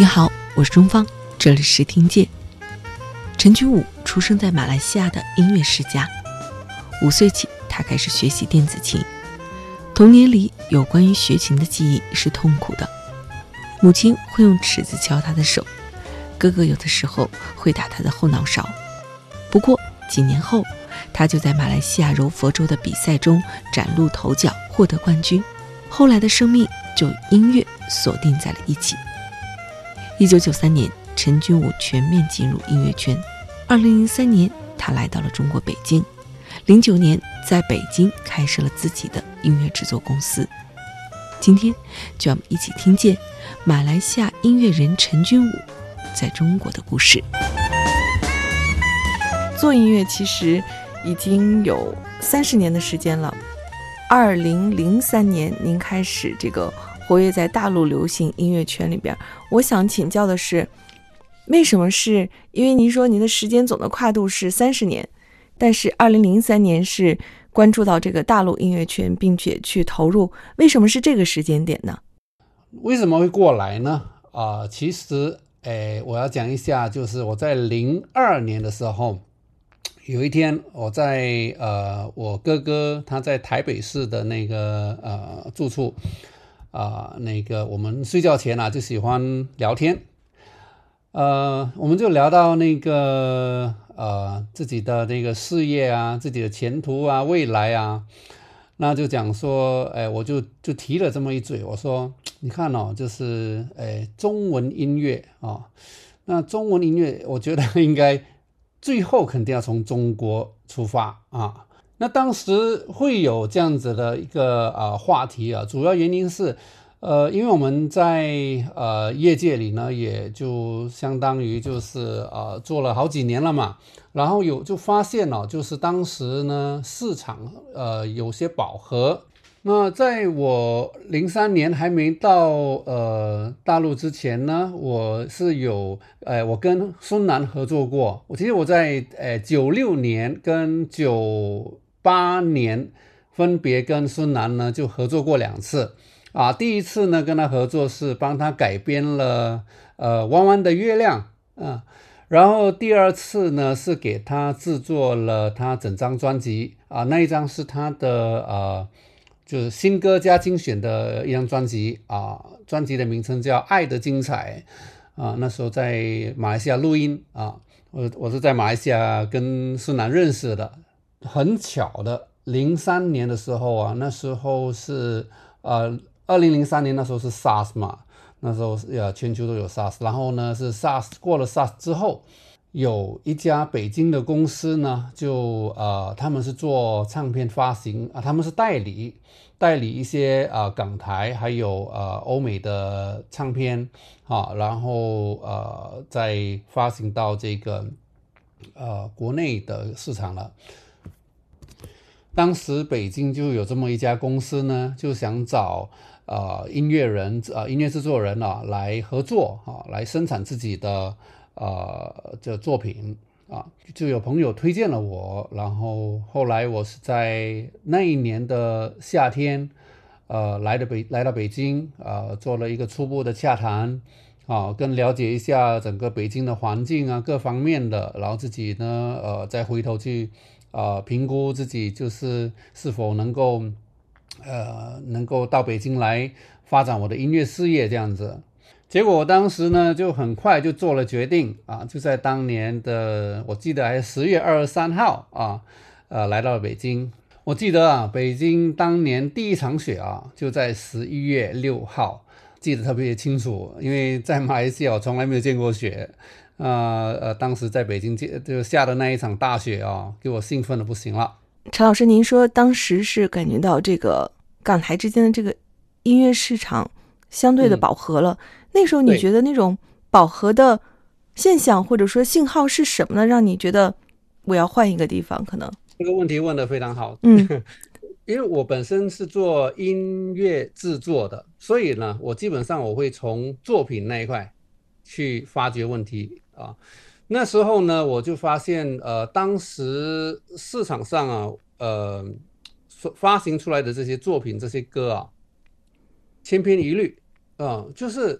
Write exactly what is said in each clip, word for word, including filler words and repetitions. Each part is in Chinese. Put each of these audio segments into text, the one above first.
你好，我是钟芳，这里是听见。陈君武出生在马来西亚的音乐世家，五岁起他开始学习电子琴。童年里有关于学琴的记忆是痛苦的，母亲会用尺子敲他的手，哥哥有的时候会打他的后脑勺。不过几年后，他就在马来西亚柔佛州的比赛中崭露头角，获得冠军。后来的生命就与音乐锁定在了一起。一九九三年，陈君武全面进入音乐圈。二零零三年，他来到了中国北京。零九年，在北京开设了自己的音乐制作公司。今天，就让我们一起听见马来西亚音乐人陈君武在中国的故事。 做音乐其实已经有三十年的时间了。二零零三年，您开始这个活跃在大陆流行音乐圈里边。我想请教的是，为什么是因为您说您的时间总的跨度是三十年，但是二零零三年是关注到这个大陆音乐圈，并且去投入，为什么是这个时间点呢？ 为什么会过来呢？啊、呃，其实，诶，我要讲一下，就是我在零二年的时候，有一天我在呃，我哥哥他在台北市的那个呃住处。啊、呃，那个我们睡觉前啊就喜欢聊天，呃，我们就聊到那个呃自己的那个事业啊，自己的前途啊，未来啊，那就讲说，哎，我就就提了这么一嘴，我说，你看哦，就是哎中文音乐啊、哦，那中文音乐，我觉得应该最后肯定要从中国出发啊。那当时会有这样子的一个呃话题啊，主要原因是，呃，因为我们在呃业界里呢，也就相当于就是呃做了好几年了嘛，然后有就发现了、哦，就是当时呢市场呃有些饱和。那在我零三年还没到呃大陆之前呢，我是有呃我跟孙楠合作过。我其实我在呃九六年跟九八年分别跟孙楠呢就合作过两次啊。第一次呢跟他合作是帮他改编了呃弯弯的月亮啊，然后第二次呢是给他制作了他整张专辑啊，那一张是他的呃就是新歌加精选的一张专辑啊，专辑的名称叫《爱的精彩》啊。那时候在马来西亚录音啊，我我是在马来西亚跟孙楠认识的。很巧的，零三年的时候啊，那时候是呃，二零零三年那时候是 SARS 嘛，那时候呃全球都有 SARS， 然后呢是 SARS 过了 SARS 之后，有一家北京的公司呢，就呃他们是做唱片发行啊，他们是代理代理一些呃港台还有呃欧美的唱片啊，然后呃再发行到这个呃国内的市场了。当时北京就有这么一家公司呢，就想找呃音乐人呃音乐制作人啊来合作啊，来生产自己的呃这作品啊，就有朋友推荐了我，然后后来我是在那一年的夏天呃来的北来到北京呃做了一个初步的洽谈啊，跟了解一下整个北京的环境啊各方面的，然后自己呢呃再回头去。呃，评估自己就是是否能够，呃，能够到北京来发展我的音乐事业这样子。结果我当时呢就很快就做了决定啊，就在当年的我记得还是十月二十三号啊，呃，来到了北京。我记得啊，北京当年第一场雪啊，就在十一月六号，记得特别清楚，因为在马来西亚我从来没有见过雪。呃呃，当时在北京就下的那一场大雪啊，给我兴奋的不行了。 陈老师，您说当时是感觉到这个港台之间的这个音乐市场相对的饱和了，嗯、那时候你觉得那种饱和的现象或者说信号是什么呢？让你觉得我要换一个地方？可能这个问题问得非常好。 嗯， 因为我本身是做音乐制作的，所以呢，我基本上我会从作品那一块去发掘问题啊。那时候呢，我就发现，呃，当时市场上啊，呃，发行出来的这些作品、这些歌啊，千篇一律啊、呃，就是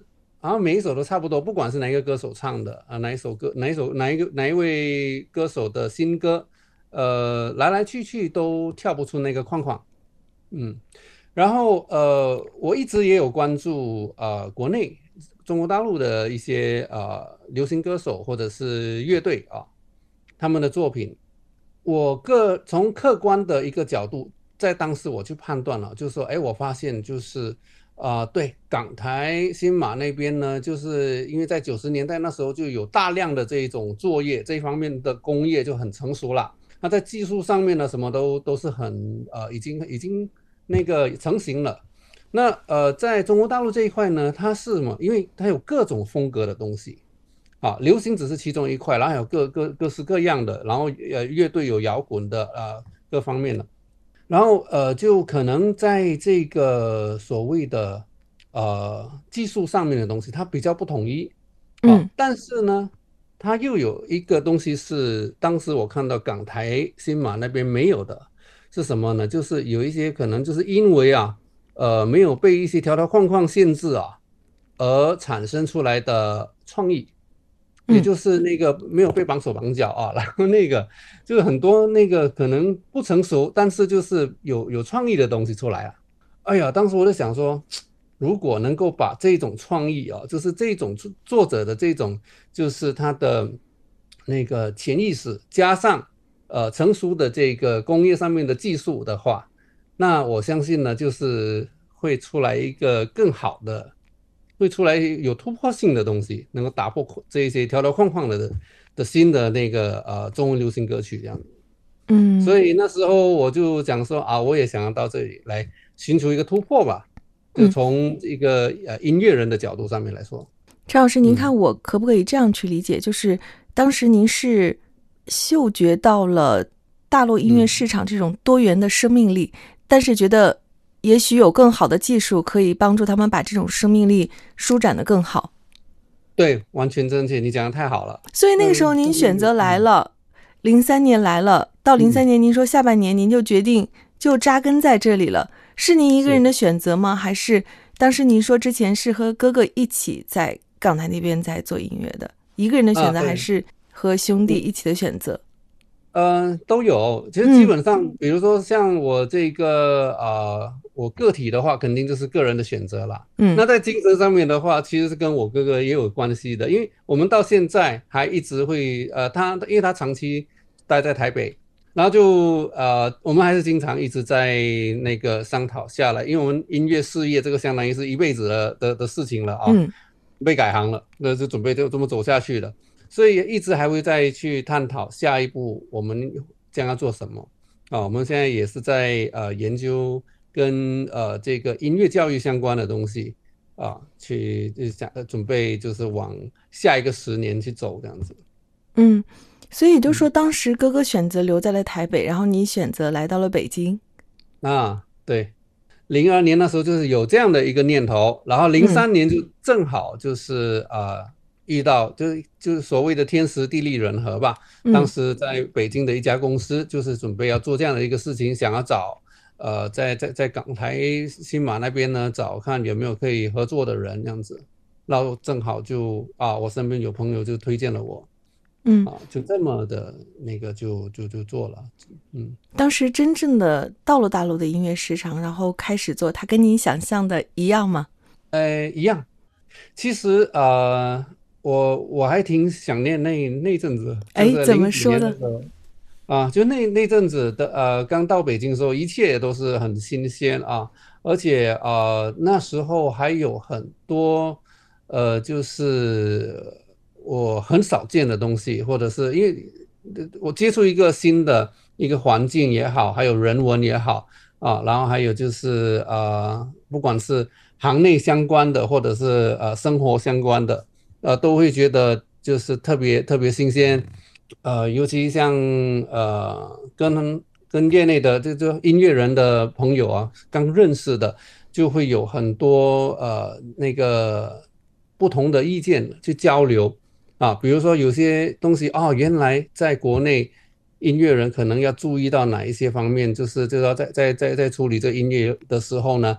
然后每一首都差不多，不管是哪一个歌手唱的啊，哪一首歌，哪一首哪一个哪一位歌手的新歌，呃，来来去去都跳不出那个框框。嗯，然后呃，我一直也有关注呃国内中国大陆的一些呃流行歌手或者是乐队啊，他们的作品，我个从客观的一个角度，在当时我去判断了，就是说，哎，我发现就是啊、呃对，港台新马那边呢，就是因为在九十年代那时候就有大量的这一种作业，这一方面的工业就很成熟了。那在技术上面呢，什么都都是很呃，已经已经那个成型了。那呃，在中国大陆这一块呢，它是什么？因为它有各种风格的东西啊，流行只是其中一块，然后还有各各各式各样的，然后呃，乐队有摇滚的呃各方面的。然后呃，就可能在这个所谓的呃技术上面的东西，它比较不统一啊。 嗯但是呢，它又有一个东西是当时我看到港台新马那边没有的，是什么呢？就是有一些可能就是因为啊，呃，没有被一些条条框框限制啊，而产生出来的创意。也嗯就是那个没有被绑手绑脚啊，然后那个就是很多那个可能不成熟，但是就是有有创意的东西出来了。哎呀，当时我就想说，如果能够把这种创意啊，就是这种作作者的这种，就是他的那个潜意识，加上呃成熟的这个工业上面的技术的话，那我相信呢，就是会出来一个更好的。会出来有突破性的东西，能够打破这一些条条框框的的新的那个呃中文流行歌曲这样。 嗯所以那时候我就讲说啊，我也想要到这里来寻求一个突破吧，就嗯， 从一个呃音乐人的角度上面来说。 陈老师，您嗯看我可不可以这样去理解？就是当时您是嗅觉到了大陆音乐嗯， 市场这种多元的生命力，但是觉得也许有更好的技术可以帮助他们把这种生命力舒展得更好。 对，完全正确，你讲的太好了。 所以那个时候您选择来了，零三年来了，到零三年您说下半年您就决定就扎根在这里了，是您一个人的选择吗？还是当时您说之前是和哥哥一起在港台那边在做音乐的，一个人的选择啊对还是和兄弟一起的选择？ 呃，都有。其实基本上，比如说像我这个呃，我个体的话，肯定就是个人的选择啦。 嗯那在精神上面的话，其实是跟我哥哥也有关系的，因为我们到现在还一直会呃，他因为他长期待在台北，然后就呃，我们还是经常一直在那个商讨下来，因为我们音乐事业这个相当于是一辈子的的的事情了啊， 嗯被改行了，那就准备就这么走下去了。所以一直还会再去探讨下一步我们将要做什么啊。我们现在也是在呃研究跟呃这个音乐教育相关的东西啊，去就想准备就是往下一个十年去走这样子。 嗯，所以就说当时哥哥选择留在了台北，然后你选择来到了北京。 啊，对，零二年那时候就是有这样的一个念头，然后零三年就正好就是呃遇到就是就是所谓的天时地利人和吧。当时在北京的一家公司就是准备要做这样的一个事情，想要找呃在在在港台新马那边呢找看有没有可以合作的人这样子，然后正好就啊我身边有朋友就推荐了我。 嗯， 啊，就这么的那个就就就做了。嗯， 当时真正的到了大陆的音乐市场，然后开始做，它跟您想象的一样吗？ 呃，一样。其实呃，我我还挺想念那那阵子，就哎，怎么是零几说呢？ 年的时候啊，就那那阵子的呃，刚到北京的时候，一切也都是很新鲜啊，而且呃那时候还有很多呃，就是我很少见的东西，或者是因为呃我接触一个新的一个环境也好，还有人文也好啊，然后还有就是呃，不管是行内相关的，或者是呃生活相关的，呃，都会觉得就是特别特别新鲜。呃，尤其像呃跟跟业内的这这音乐人的朋友啊，刚认识的，就会有很多呃那个不同的意见去交流啊。比如说有些东西哦，原来在国内音乐人可能要注意到哪一些方面，就是就要在在在在处理这音乐的时候呢，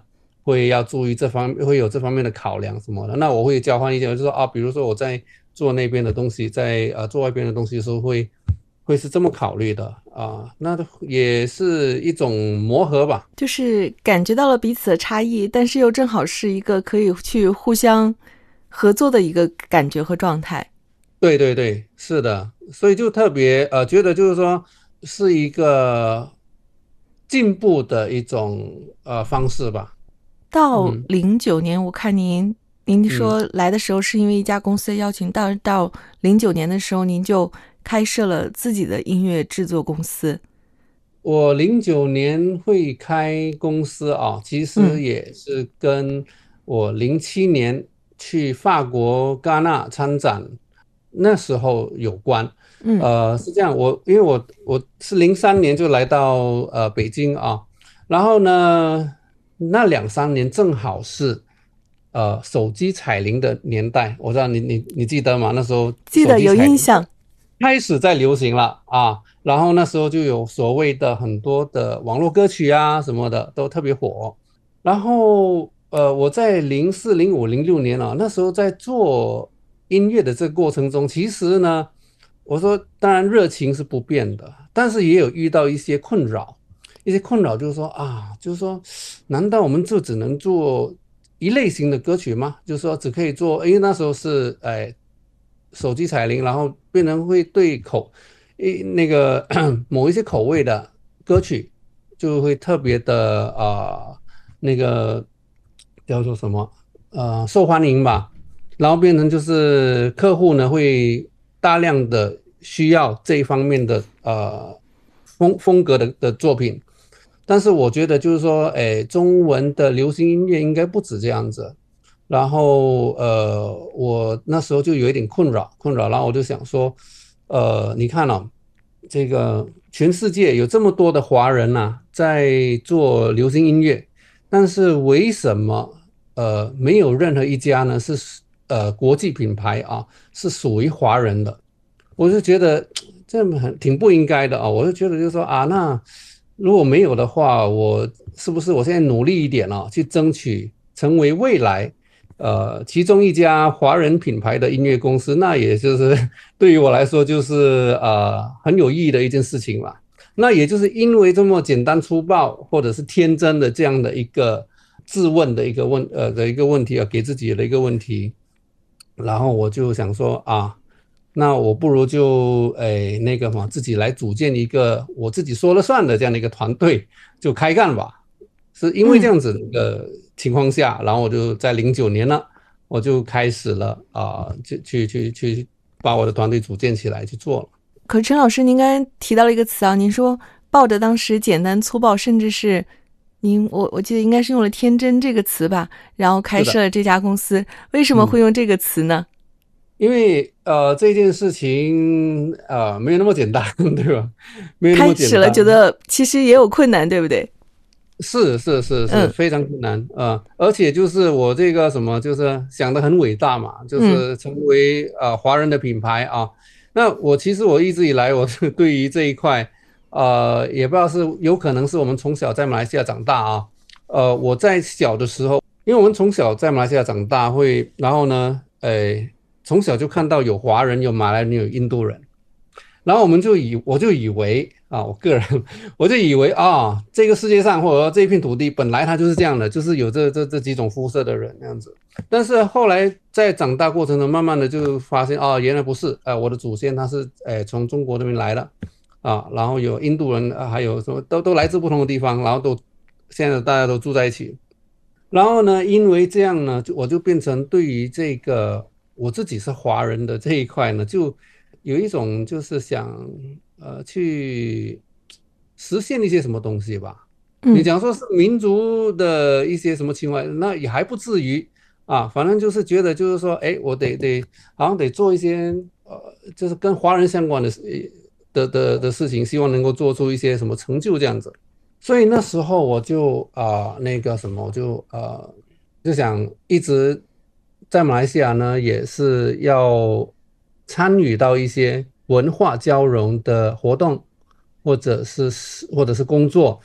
会要注意这方会有这方面的考量什么的。那我会交换意见，就是说啊，比如说我在做那边的东西，在呃做外边的东西的时候会会是这么考虑的啊，那也是一种磨合吧。 就是感觉到了彼此的差异，但是又正好是一个可以去互相合作的一个感觉和状态。 对对对，是的，所以就特别呃觉得就是说是一个进步的一种呃方式吧。 到嗯零九年，我看您您嗯。 说来的时候是因为一家公司的邀请，到到零九年的时候，您就开设了自己的音乐制作公司。 我零九年会开公司啊，其嗯实也是跟我零七年去法国戛纳参展那时候有关。 嗯呃，是这样，我因为我我是零三年就来到呃北京啊，然后呢，那两三年正好是呃手机彩铃的年代，我知道你你你记得吗？那时候手记得有机彩铃印象。 开始在流行了啊。然后那时候就有所谓的很多的网络歌曲啊什么的都特别火。然后呃，我在零四、零五、零六年啊，那时候在做音乐的这个过程中，其实呢，我说当然热情是不变的，但是也有遇到一些困扰。一些困扰就是说啊，就是说，难道我们就只能做一类型的歌曲吗？就是说只可以做，因为那时候是哎手机彩铃，然后变成会对口。一那个某一些口味的歌曲就会特别的啊、呃那个叫做什么呃受欢迎吧，然后变成就是客户呢会大量的需要这一方面的呃风风格的的作品。但是我觉得就是说，哎，中文的流行音乐应该不止这样子。然后呃，我那时候就有一点困扰，困扰，然后我就想说，呃，你看哦，这个全世界有这么多的华人呐、在做流行音乐，但是为什么呃没有任何一家呢是呃国际品牌啊，是属于华人的？我就觉得这么很挺不应该的啊！我就觉得就是说啊，那如果没有的话，我是不是我现在努力一点啊，去争取成为未来呃其中一家华人品牌的音乐公司，那也就是对于我来说就是呃很有意义的一件事情嘛。那也就是因为这么简单粗暴或者是天真的这样的一个自问的一个问呃的一个问题啊，给自己的一个问题，然后我就想说啊。那我不如就诶那个嘛，自己来组建一个我自己说了算的这样的一个团队，就开干吧。是因为这嗯。 样子的一个情况下，然后我就在零九年呢，我就开始了啊、呃，去去去去把我的团队组建起来去做了。 可是陈老师，您刚才提到了一个词啊，您说抱着当时简单粗暴，甚至是您我我记得应该是用了天真这个词吧，然后开设了这家公司。为什么会用这个词呢？ 因为呃这件事情呃没有那么简单，对吧？没有那么简单。 开始了，觉得其实也有困难，对不对？ 是是是是嗯非常困难啊、呃而且就是我这个什么，就是想得很伟大嘛，就嗯是成为呃华人的品牌啊。那我其实我一直以来我是对于这一块，呃，也不知道是有可能是我们从小在马来西亚长大啊。呃，我在小的时候，因为我们从小在马来西亚长大会，然后呢，呃，从小就看到有华人、有马来人、有印度人。然后我们就以我就以为啊，我个人我就以为啊，这个世界上或者说这一片土地本来它就是这样的，就是有这这这几种肤色的人那样子。但是后来在长大过程中，慢慢的就发现哦，原来不是，呃，我的祖先他是呃从中国那边来的啊，然后有印度人，啊、还有什么都都来自不同的地方，然后都现在大家都住在一起。然后呢，因为这样呢，就我就变成对于这个我自己是华人的这一块呢，就有一种就是想呃去实现一些什么东西吧。你嗯讲说是民族的一些什么情怀，那也还不至于啊。反正就是觉得就是说，哎，我得得好像得做一些呃，就是跟华人相关的的的的事情，希望能够做出一些什么成就这样子。所以那时候我就啊、呃那个什么，我就呃就想一直在马来西亚呢，也是要参与到一些文化交融的活动，或者是或者是工作。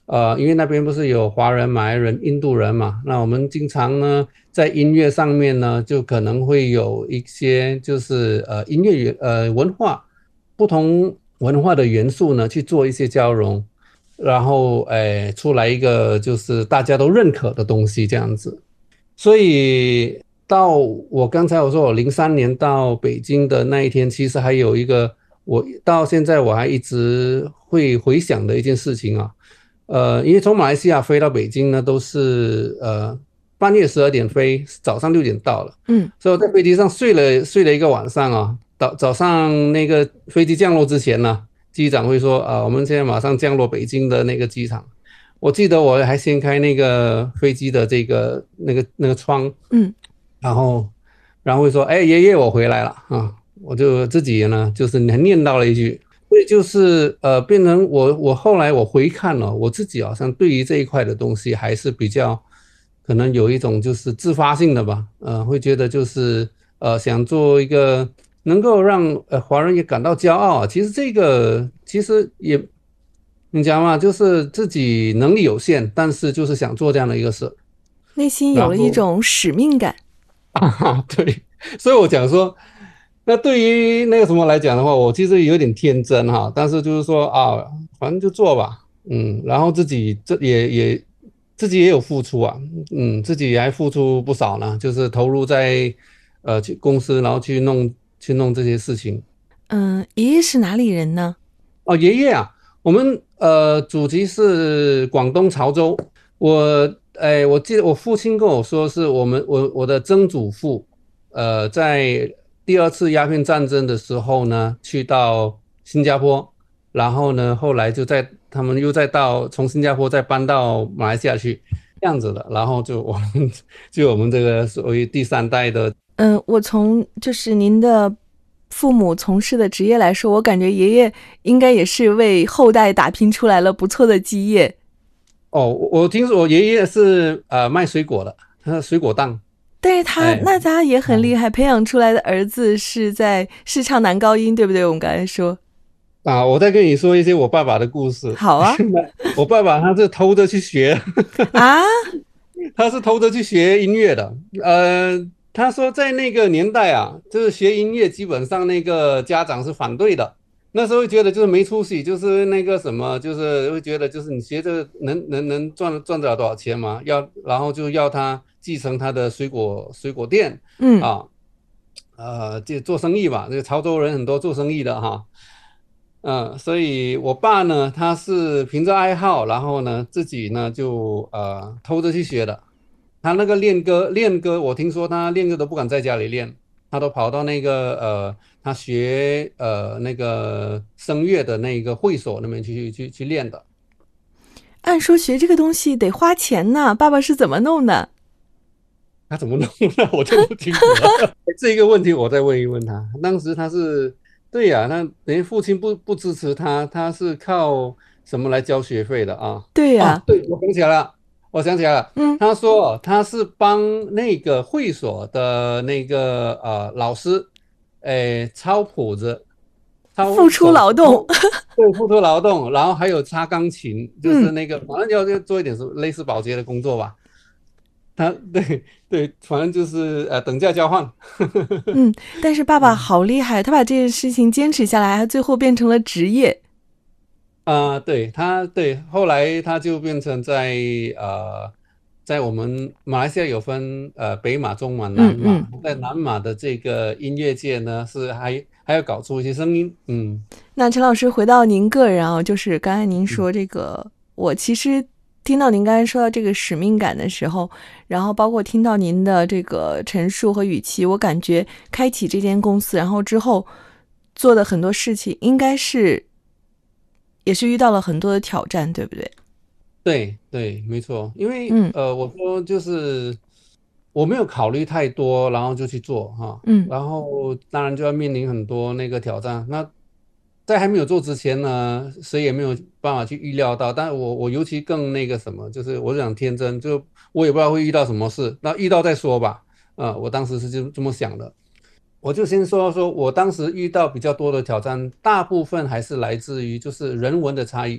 呃，因为那边不是有华人、马来人、印度人嘛，那我们经常呢在音乐上面呢，就可能会有一些就是呃音乐呃文化不同文化的元素呢去做一些交融，然后诶出来一个就是大家都认可的东西这样子。所以到我刚才我说我零三年到北京的那一天，其实还有一个我到现在我还一直会回想的一件事情啊。呃，因为从马来西亚飞到北京呢，都是呃半夜十二点飞，早上六点到了。 嗯， 所以我在飞机上睡了睡了一个晚上啊。早早上那个飞机降落之前呢，机长会说啊，我们现在马上降落北京的那个机场。我记得我还掀开那个飞机的这个那个那个窗， 嗯， 然后然后会说，哎，爷爷我回来了啊，我就自己呢就是念叨了一句。所以就是呃，变成我我后来我回看了，我自己好像对于这一块的东西还是比较可能有一种就是自发性的吧，呃，会觉得就是呃想做一个能够让呃华人也感到骄傲啊。其实这个其实也你讲嘛，就是自己能力有限，但是就是想做这样的一个事， 内心有了一种使命感啊，对，所以我讲说。那对于那个什么来讲的话，我其实有点天真哈，但是就是说啊，反正就做吧，嗯，然后自己这也也自己也有付出啊，嗯，自己还付出不少呢，就是投入在呃去公司，然后去弄去弄这些事情。 嗯，爷爷是哪里人呢？ 哦，爷爷啊，我们呃祖籍是广东潮州，我哎，我记得我父亲跟我说，是我们我我的曾祖父，呃，在第二次鸦片战争的时候呢，去到新加坡，然后呢，后来就在他们又再到从新加坡再搬到马来西亚去，这样子的，然后就我们就我们这个所谓第三代的。 嗯，我从就是您的父母从事的职业来说，我感觉爷爷应该也是为后代打拼出来了不错的基业。 哦，我听说我爷爷是呃卖水果的，他是水果档。 但是他、哎、那他也很厉害、嗯，培养出来的儿子是在是唱男高音，对不对？我们刚才说啊，我再跟你说一些我爸爸的故事。 好啊， 我爸爸他是偷着去学啊， 他是偷着去学音乐的。呃，他说在那个年代啊，就是学音乐基本上那个家长是反对的。那时候会觉得就是没出息，就是那个什么，就是会觉得就是你学这个能能能赚赚得了多少钱嘛？要然后就要他继承他的水果水果店， 嗯啊，呃，就做生意吧。这个潮州人很多做生意的哈，嗯、呃，所以我爸呢，他是凭着爱好，然后呢自己呢就呃偷着去学的。他那个练歌练歌，我听说他练歌都不敢在家里练，他都跑到那个呃。他学呃那个声乐的那个会所那边去去去练的。 按说学这个东西得花钱呢，爸爸是怎么弄的？ 他怎么弄的我就不清楚了。这个问题我再问一问他。当时他是对呀、啊，他等于父亲不不支持他，他是靠什么来交学费的啊？ 对呀、 啊，对，我想起来了，我想起来了。 嗯， 他说他是帮那个会所的那个呃老师。诶，抄谱子，抄付出劳动， 对，付出劳动，然后还有擦钢琴，就是那个，嗯、反正要要做一点类似保洁的工作吧。他对对，反正就是呃等价交换。 嗯，但是爸爸好厉害，他把这件事情坚持下来，他最后变成了职业。 啊、呃，对他对，后来他就变成在呃。在我们马来西亚有分呃北马、中马、南马， 嗯嗯， 在南马的这个音乐界呢，是还还要搞出一些声音。嗯， 那陈老师回到您个人啊，就是刚才您说这个，嗯、我其实听到您刚才说到这个使命感的时候，然后包括听到您的这个陈述和语气，我感觉开启这间公司，然后之后做的很多事情，应该是也是遇到了很多的挑战，对不对？ 对对，没错，因为、 嗯、 呃，我说就是我没有考虑太多，然后就去做哈， 嗯， 然后当然就要面临很多那个挑战。那在还没有做之前呢，谁也没有办法去预料到。但我我尤其更那个什么，就是我讲天真，就我也不知道会遇到什么事，那遇到再说吧。啊、呃，我当时是就这么想的。我就先说说我当时遇到比较多的挑战，大部分还是来自于就是人文的差异。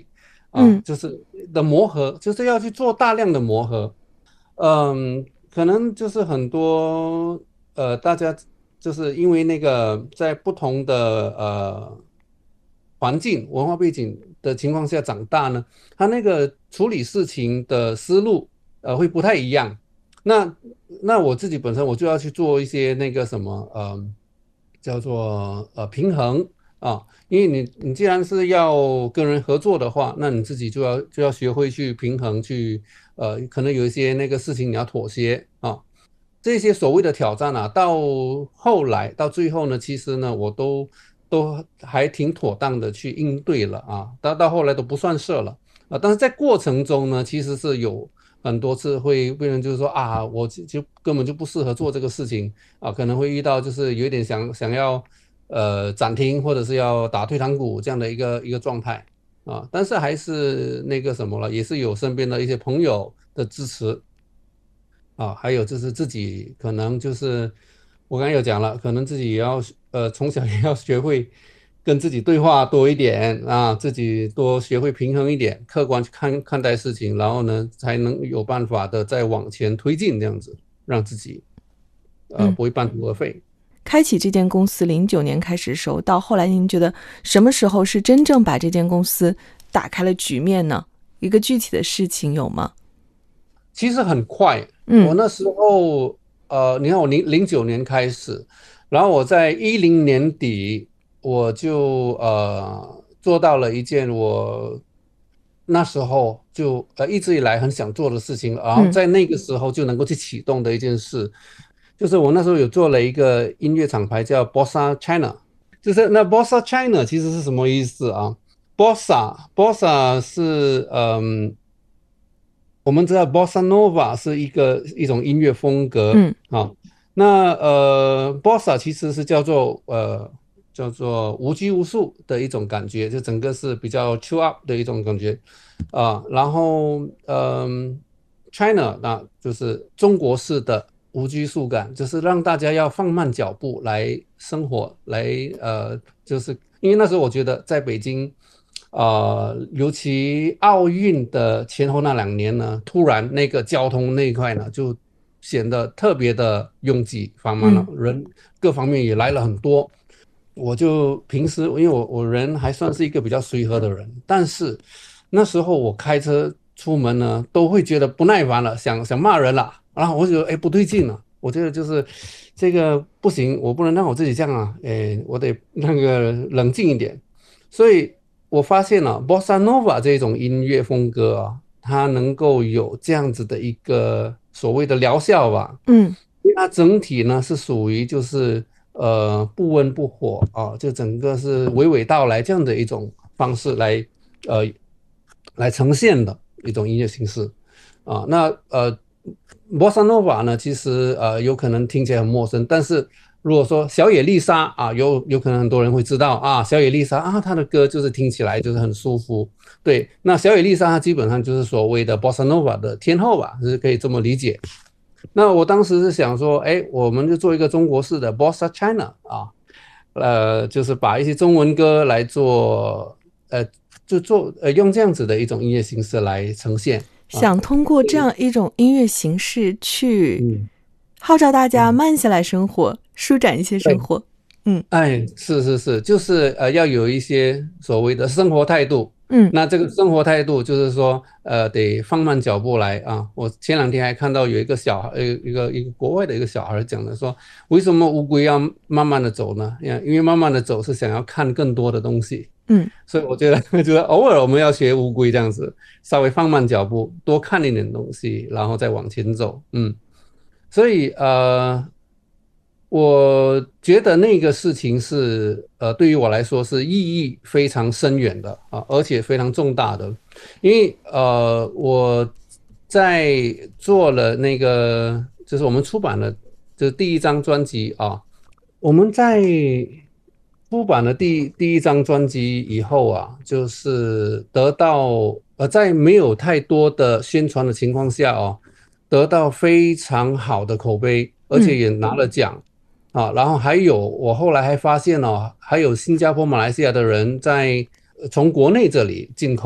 啊， 嗯就是的磨合，就是要去做大量的磨合。嗯，可能就是很多呃，大家就是因为那个在不同的呃环境、文化背景的情况下长大呢，他那个处理事情的思路呃会不太一样。那那我自己本身我就要去做一些那个什么，呃，叫做呃平衡啊，因为你你既然是要跟人合作的话，那你自己就要就要学会去平衡，去呃，可能有一些那个事情你要妥协啊。这些所谓的挑战啊，到后来到最后呢，其实呢，我都都还挺妥当的去应对了啊，到到后来都不算事了啊。但是在过程中呢，其实是有很多次会被人就是说啊，我就就根本就不适合做这个事情啊，可能会遇到就是有一点想想要呃暂停或者是要打退堂鼓这样的一个一个状态啊，但是还是那个什么了，也是有身边的一些朋友的支持。啊，还有就是自己可能就是我刚才有讲了，可能自己也要呃从小也要学会跟自己对话多一点啊，自己多学会平衡一点，客观去看看待事情，然后呢才能有办法的再往前推进，这样子让自己呃嗯。 不会半途而废。 开启这间公司零九年开始的时候，到后来您觉得什么时候是真正把这间公司打开了局面呢？一个具体的事情有吗？ 其实很快，我嗯那时候呃，你看我零零九年开始，然后我在一零年底我就呃做到了一件我那时候就呃一直以来很想做的事情，然后嗯在那个时候就能够去启动的一件事，就是我那时候有做了一个音乐厂牌叫 Bossa China，就是那 Bossa China 其实是什么意思啊？Bossa Bossa 是嗯。我们知道 Bossa Nova 是一个一种音乐风格嗯啊，那呃 Bossa 其实是叫做呃叫做无拘无束的一种感觉，就整个是比较 chill up 的一种感觉啊。然后嗯、China 那就是中国式的无拘束感，就是让大家要放慢脚步来生活，来呃就是因为那时候我觉得在北京。呃，尤其奥运的前后那两年呢，突然那个交通那一块呢，就显得特别的拥挤繁忙了， 嗯人各方面也来了很多。我就平时因为我我人还算是一个比较随和的人，但是那时候我开车出门呢，都会觉得不耐烦了，想想骂人了，然后我就觉得哎不对劲了，我觉得就是这个不行，我不能让我自己这样啊，哎，我得那个冷静一点，所以。我发现了、啊、Bossa Nova 这种音乐风格啊，它能够有这样子的一个所谓的疗效吧。 嗯因为它整体呢是属于就是呃不温不火啊，就整个是娓娓道来这样的一种方式来呃来呈现的一种音乐形式啊。那呃 Bossa Nova 呢，其实呃有可能听起来很陌生，但是如果说小野丽莎啊，有有可能很多人会知道啊，小野丽莎啊，她的歌就是听起来就是很舒服。对，那小野丽莎她基本上就是所谓的 Bossa Nova 的天后吧，是可以这么理解。那我当时是想说，哎，我们就做一个中国式的 Bossa China 啊，呃，就是把一些中文歌来做，呃，就做呃用这样子的一种音乐形式来呈现。 想通过这样一种音乐形式去嗯号召大家嗯， 慢下来生活，舒展一些生对， 活。嗯哎，是是是，就是呃，要有一些所谓的生活态度。 嗯那这个生活态度就是说，呃，得放慢脚步来啊。我前两天还看到有一个小孩，呃，一个一个国外的一个小孩讲的说，为什么乌龟要慢慢的走呢？因为因为慢慢的走是想要看更多的东西。 嗯所以我觉得，觉得偶尔我们要学乌龟这样子，稍微放慢脚步，多看一点东西，然后再往前走。嗯。所以呃，我觉得那个事情是呃，对于我来说是意义非常深远的啊，而且非常重大的，因为呃，我在做了那个，就是我们出版了就是第一张专辑啊，我们在出版了第第一张专辑以后啊，就是得到呃，在没有太多的宣传的情况下哦。得到非常好的口碑，而且嗯也拿了奖啊。然后还有，我后来还发现哦，还有新加坡、马来西亚的人在呃从国内这里进口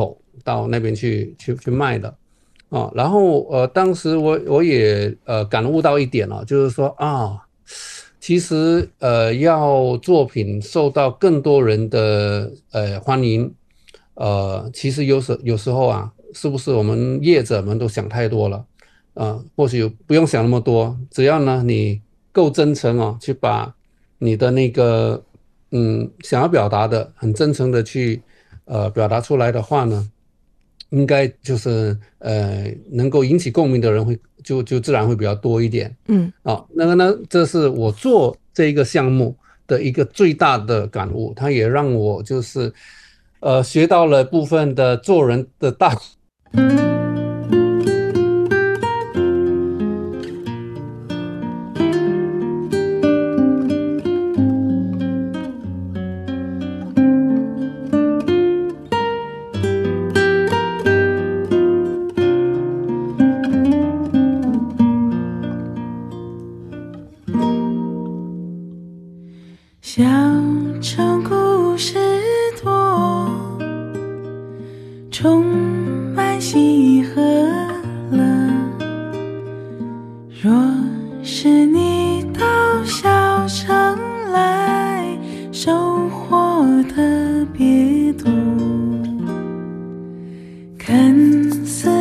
到那边去去去卖的。哦，然后呃，当时我我也呃感悟到一点哦，就是说啊，其实呃要作品受到更多人的呃欢迎，呃，其实有时有时候啊，是不是我们业者们都想太多了啊、呃？或许不用想那么多，只要呢你够真诚哦，去把你的那个嗯想要表达的很真诚的去呃表达出来的话呢。应该就是呃，能够引起共鸣的人会就就自然会比较多一点。 嗯， 哦，那个呢，这是我做这一个项目的一个最大的感悟，它也让我就是呃学到了部分的做人的大。 小城故事多，充满喜和乐。若是你到小城来，收获特别多。看似